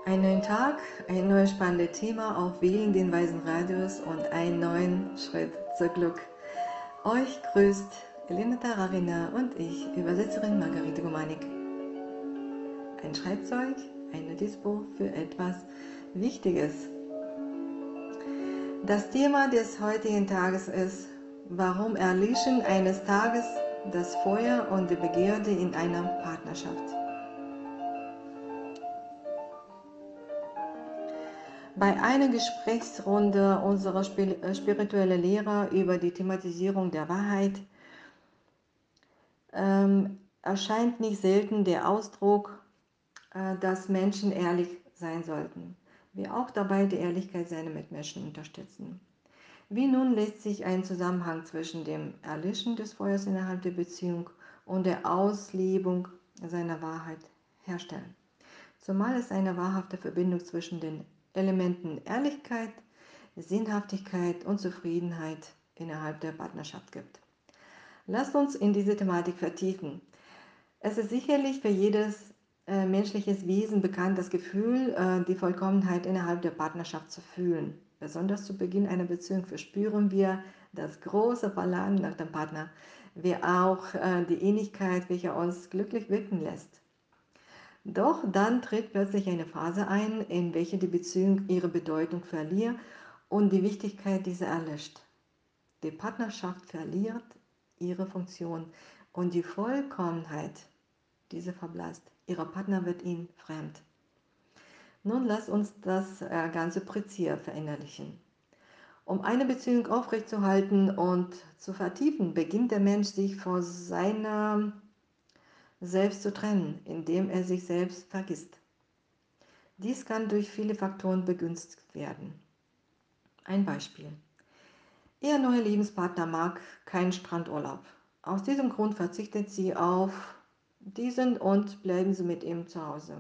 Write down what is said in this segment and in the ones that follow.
Einen neuen Tag, ein neues spannendes Thema auf Wählen den Weisen Radios und einen neuen Schritt zu Glück. Euch grüßt Elena Tararina und ich, Übersetzerin Margarete Gomanik. Ein Schreibzeug, ein Notizbuch für etwas Wichtiges. Das Thema des heutigen Tages ist, warum erlischen eines Tages das Feuer und die Begierde in einer Partnerschaft. Bei einer Gesprächsrunde unserer spirituellen Lehrer über die Thematisierung der Wahrheit erscheint nicht selten der Ausdruck, dass Menschen ehrlich sein sollten. Wir auch dabei die Ehrlichkeit seiner Mitmenschen unterstützen. Wie nun lässt sich ein Zusammenhang zwischen dem Erlischen des Feuers innerhalb der Beziehung und der Auslebung seiner Wahrheit herstellen? Zumal es eine wahrhafte Verbindung zwischen den Elementen Ehrlichkeit, Sinnhaftigkeit und Zufriedenheit innerhalb der Partnerschaft gibt. Lasst uns in diese Thematik vertiefen. Es ist sicherlich für jedes menschliches Wesen bekannt, das Gefühl, die Vollkommenheit innerhalb der Partnerschaft zu fühlen. Besonders zu Beginn einer Beziehung verspüren wir das große Verlangen nach dem Partner, wie auch die Ähnlichkeit, welche uns glücklich wirken lässt. Doch dann tritt plötzlich eine Phase ein, in welcher die Beziehung ihre Bedeutung verliert und die Wichtigkeit dieser erlischt. Die Partnerschaft verliert ihre Funktion und die Vollkommenheit diese verblasst. Ihr Partner wird ihnen fremd. Nun lasst uns das Ganze präzise verinnerlichen. Um eine Beziehung aufrechtzuerhalten und zu vertiefen, beginnt der Mensch sich von seiner selbst zu trennen, indem er sich selbst vergisst. Dies kann durch viele Faktoren begünstigt werden. Ein Beispiel. Ihr neuer Lebenspartner mag keinen Strandurlaub. Aus diesem Grund verzichtet sie auf diesen und bleiben sie mit ihm zu Hause.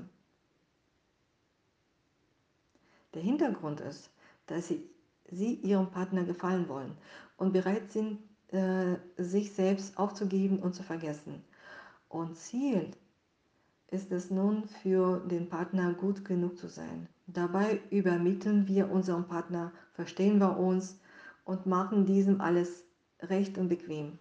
Der Hintergrund ist, dass sie ihrem Partner gefallen wollen und bereit sind, sich selbst aufzugeben und zu vergessen. Und Ziel ist es nun für den Partner gut genug zu sein. Dabei übermitteln wir unserem Partner, verstehen wir uns und machen diesem alles recht und bequem.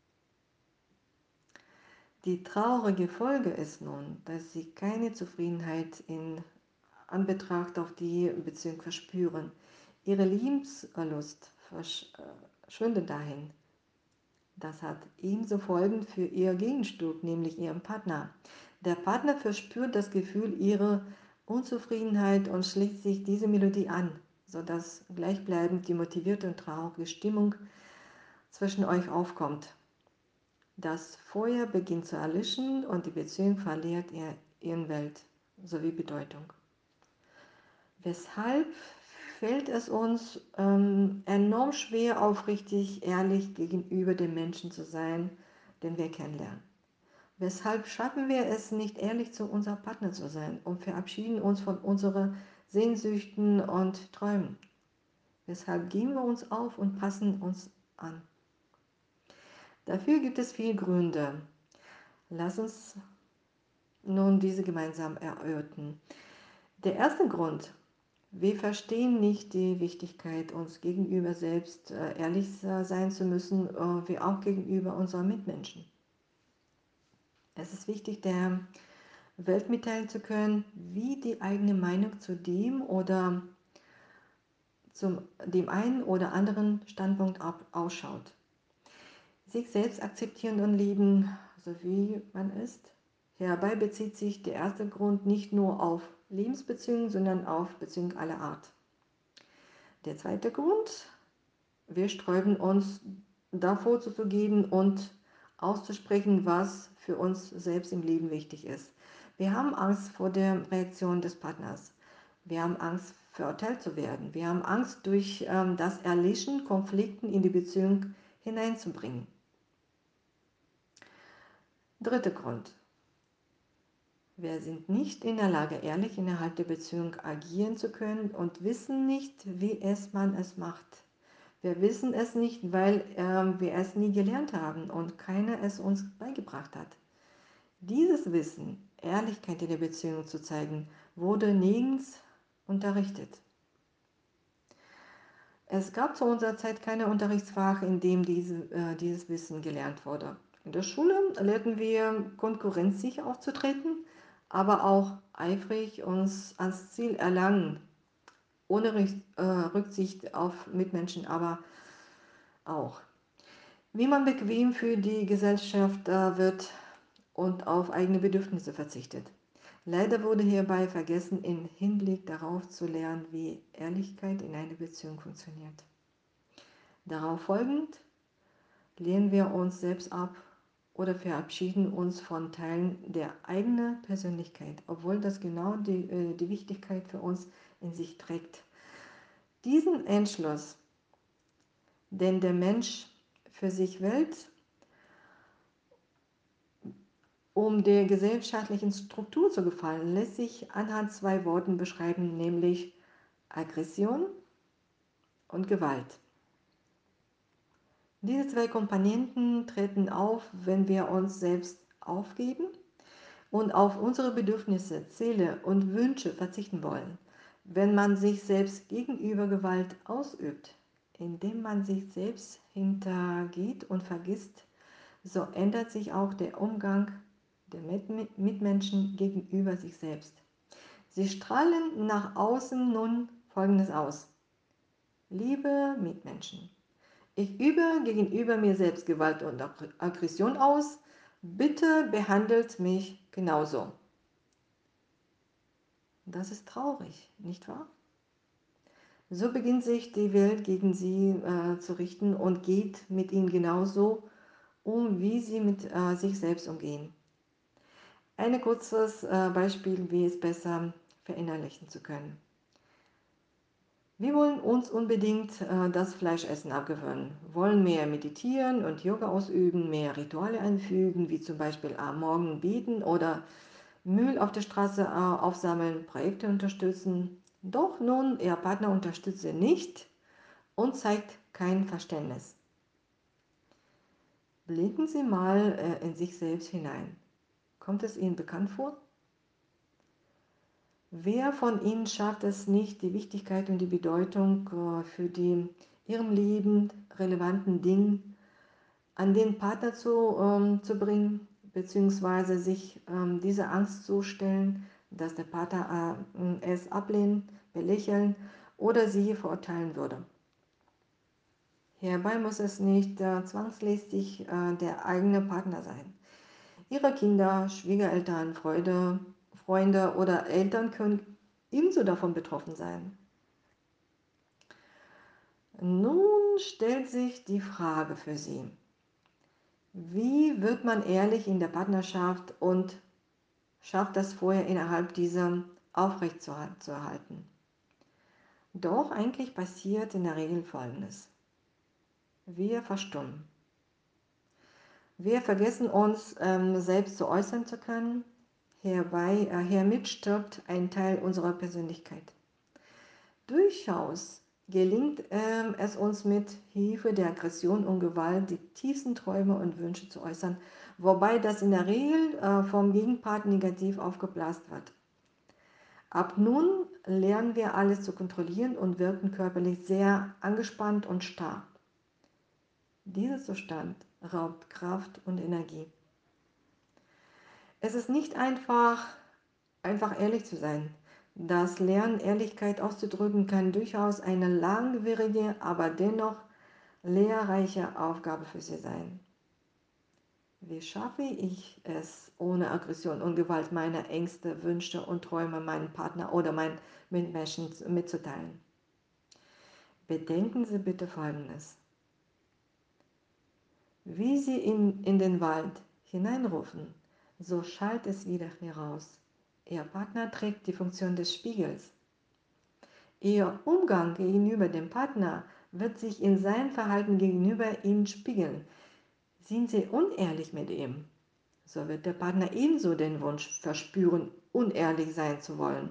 Die traurige Folge ist nun, dass sie keine Zufriedenheit in Anbetracht auf die Beziehung verspüren. Ihre Lebenslust verschwindet dahin. Das hat ebenso Folgen für ihr Gegenstück, nämlich ihren Partner. Der Partner verspürt das Gefühl ihrer Unzufriedenheit und schließt sich diese Melodie an, sodass gleichbleibend die motivierte und traurige Stimmung zwischen euch aufkommt. Das Feuer beginnt zu erlischen und die Beziehung verliert ihren Welt sowie Bedeutung. Weshalb fällt es uns enorm schwer, aufrichtig, ehrlich gegenüber dem Menschen zu sein, den wir kennenlernen? Weshalb schaffen wir es nicht, ehrlich zu unserem Partner zu sein und verabschieden uns von unseren Sehnsüchten und Träumen? Weshalb geben wir uns auf und passen uns an? Dafür gibt es viele Gründe. Lass uns nun diese gemeinsam erörtern. Der erste Grund: wir verstehen nicht die Wichtigkeit, uns gegenüber selbst ehrlich sein zu müssen, wie auch gegenüber unseren Mitmenschen. Es ist wichtig, der Welt mitteilen zu können, wie die eigene Meinung zu dem oder zu dem einen oder anderen Standpunkt ausschaut. Sich selbst akzeptieren und lieben, so wie man ist. Hierbei bezieht sich der erste Grund nicht nur auf Lebensbeziehungen, sondern auf Beziehungen aller Art. Der zweite Grund: wir sträuben uns davor zuzugeben und auszusprechen, was für uns selbst im Leben wichtig ist. Wir haben Angst vor der Reaktion des Partners. Wir haben Angst, verurteilt zu werden. Wir haben Angst, durch das Erlischen Konflikten in die Beziehung hineinzubringen. Dritter Grund: wir sind nicht in der Lage, ehrlich innerhalb der Beziehung agieren zu können und wissen nicht, wie man es macht. Wir wissen es nicht, weil wir es nie gelernt haben und keiner es uns beigebracht hat. Dieses Wissen, Ehrlichkeit in der Beziehung zu zeigen, wurde nirgends unterrichtet. Es gab zu unserer Zeit keine Unterrichtsfach, in dem dieses Wissen gelernt wurde. In der Schule lernten wir konkurrenzsicher aufzutreten, aber auch eifrig uns ans Ziel erlangen, ohne Rücksicht auf Mitmenschen, aber auch. Wie man bequem für die Gesellschaft wird und auf eigene Bedürfnisse verzichtet. Leider wurde hierbei vergessen, im Hinblick darauf zu lernen, wie Ehrlichkeit in einer Beziehung funktioniert. Darauf folgend lehnen wir uns selbst ab oder verabschieden uns von Teilen der eigenen Persönlichkeit, obwohl das genau die Wichtigkeit für uns in sich trägt. Diesen Entschluss, den der Mensch für sich wählt, um der gesellschaftlichen Struktur zu gefallen, lässt sich anhand zwei Worten beschreiben, nämlich Aggression und Gewalt. Diese zwei Komponenten treten auf, wenn wir uns selbst aufgeben und auf unsere Bedürfnisse, Ziele und Wünsche verzichten wollen. Wenn man sich selbst gegenüber Gewalt ausübt, indem man sich selbst hintergeht und vergisst, so ändert sich auch der Umgang der Mitmenschen gegenüber sich selbst. Sie strahlen nach außen nun Folgendes aus. Liebe Mitmenschen, ich übe gegenüber mir selbst Gewalt und Aggression aus. Bitte behandelt mich genauso. Das ist traurig, nicht wahr? So beginnt sich die Welt gegen sie zu richten und geht mit ihnen genauso um, wie sie mit sich selbst umgehen. Ein kurzes Beispiel, wie es besser verinnerlichen zu können. Wir wollen uns unbedingt das Fleischessen abgewöhnen, wollen mehr meditieren und Yoga ausüben, mehr Rituale einfügen, wie zum Beispiel am Morgen beten oder Müll auf der Straße aufsammeln, Projekte unterstützen. Doch nun, Ihr Partner unterstützt Sie nicht und zeigt kein Verständnis. Blicken Sie mal in sich selbst hinein. Kommt es Ihnen bekannt vor? Wer von Ihnen schafft es nicht, die Wichtigkeit und die Bedeutung für die ihrem Leben relevanten Dinge an den Partner zu bringen, beziehungsweise sich diese Angst zu stellen, dass der Partner es ablehnen, belächeln oder sie verurteilen würde? Hierbei muss es nicht zwangsläufig der eigene Partner sein. Ihre Kinder, Schwiegereltern, Freunde oder Eltern können ebenso davon betroffen sein. Nun stellt sich die Frage für Sie, wie wird man ehrlich in der Partnerschaft und schafft das vorher innerhalb dieser aufrechtzuerhalten? Doch eigentlich passiert in der Regel Folgendes. Wir verstummen. Wir vergessen uns selbst zu äußern zu können. Hiermit stirbt ein Teil unserer Persönlichkeit. Durchaus gelingt es uns mit Hilfe der Aggression und Gewalt die tiefsten Träume und Wünsche zu äußern, wobei das in der Regel vom Gegenpart negativ aufgeblasen wird. Ab nun lernen wir alles zu kontrollieren und wirken körperlich sehr angespannt und starr. Dieser Zustand raubt Kraft und Energie. Es ist nicht einfach ehrlich zu sein. Das Lernen, Ehrlichkeit auszudrücken, kann durchaus eine langwierige, aber dennoch lehrreiche Aufgabe für Sie sein. Wie schaffe ich es, ohne Aggression und Gewalt meine Ängste, Wünsche und Träume meinem Partner oder meinen Mitmenschen mitzuteilen? Bedenken Sie bitte Folgendes. Wie Sie in den Wald hineinrufen, so schallt es wieder heraus. Ihr Partner trägt die Funktion des Spiegels. Ihr Umgang gegenüber dem Partner wird sich in seinem Verhalten gegenüber Ihnen spiegeln. Sind Sie unehrlich mit ihm, so wird der Partner ebenso den Wunsch verspüren, unehrlich sein zu wollen.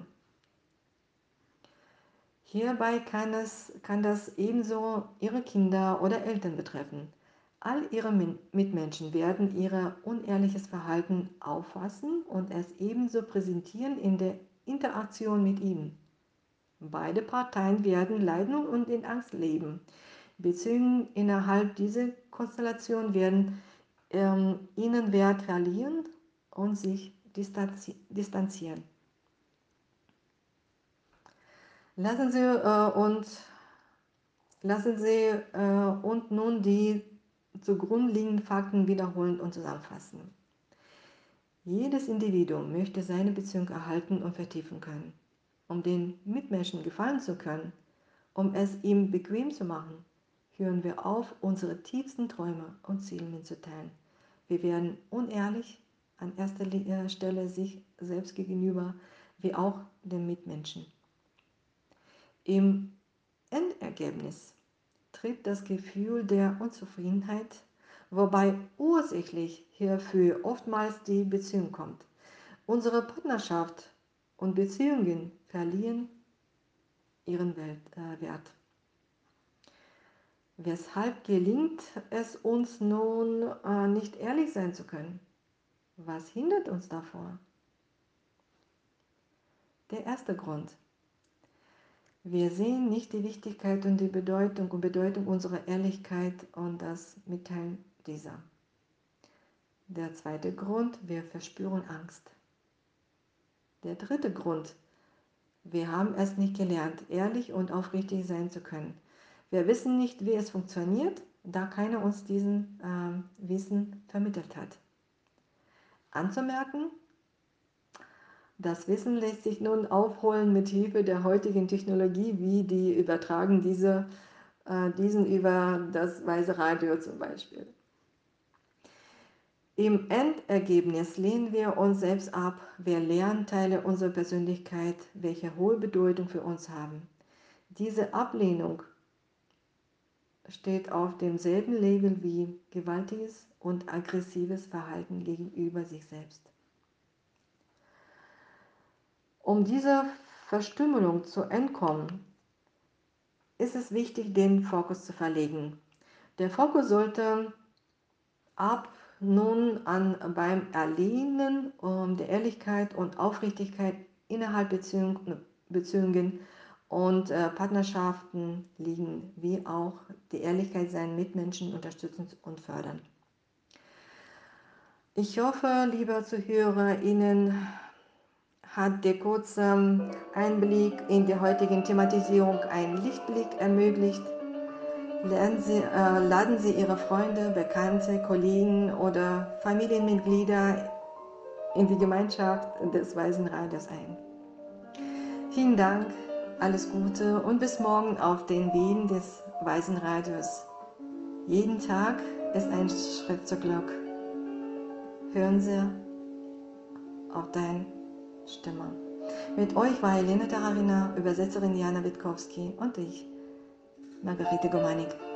Hierbei kann das ebenso Ihre Kinder oder Eltern betreffen. All ihre Mitmenschen werden ihr unehrliches Verhalten auffassen und es ebenso präsentieren in der Interaktion mit ihnen. Beide Parteien werden leiden und in Angst leben. Beziehungen innerhalb dieser Konstellation werden ihren Wert verlieren und sich distanzieren. Lassen Sie und nun die zugrunde liegenden Fakten wiederholen und zusammenfassen. Jedes Individuum möchte seine Beziehung erhalten und vertiefen können. Um den Mitmenschen gefallen zu können, um es ihm bequem zu machen, hören wir auf, unsere tiefsten Träume und Ziele mitzuteilen. Wir werden unehrlich, an erster Stelle sich selbst gegenüber, wie auch den Mitmenschen. Im Endergebnis tritt das Gefühl der Unzufriedenheit, wobei ursächlich hierfür oftmals die Beziehung kommt. Unsere Partnerschaft und Beziehungen verlieren ihren Wert. Weshalb gelingt es uns nun, nicht ehrlich sein zu können? Was hindert uns davor? Der erste Grund. Wir sehen nicht die Wichtigkeit und die Bedeutung unserer Ehrlichkeit und das Mitteilen dieser. Der zweite Grund, wir verspüren Angst. Der dritte Grund, wir haben es nicht gelernt, ehrlich und aufrichtig sein zu können. Wir wissen nicht, wie es funktioniert, da keiner uns diesen Wissen vermittelt hat. Anzumerken, das Wissen lässt sich nun aufholen mit Hilfe der heutigen Technologie, wie die Übertragung diesen über das Weise Radio zum Beispiel. Im Endergebnis lehnen wir uns selbst ab. Wir lernen Teile unserer Persönlichkeit, welche hohe Bedeutung für uns haben. Diese Ablehnung steht auf demselben Level wie gewaltiges und aggressives Verhalten gegenüber sich selbst. Um dieser Verstümmelung zu entkommen, ist es wichtig, den Fokus zu verlegen. Der Fokus sollte ab nun beim Erlehnen der Ehrlichkeit und Aufrichtigkeit innerhalb Beziehungen und Partnerschaften liegen, wie auch die Ehrlichkeit seinen Mitmenschen unterstützen und fördern. Ich hoffe, lieber Zuhörer, Ihnen hat der kurze Einblick in die heutige Thematisierung einen Lichtblick ermöglicht. Laden Sie Ihre Freunde, Bekannte, Kollegen oder Familienmitglieder in die Gemeinschaft des Waisenradios ein. Vielen Dank, alles Gute und bis morgen auf den Wegen des Waisenradios. Jeden Tag ist ein Schritt zur Glück. Hören Sie auf deine Stimme. Mit euch war Helene Tararina, Übersetzerin Jana Witkowski und ich, Margarete Gomanik.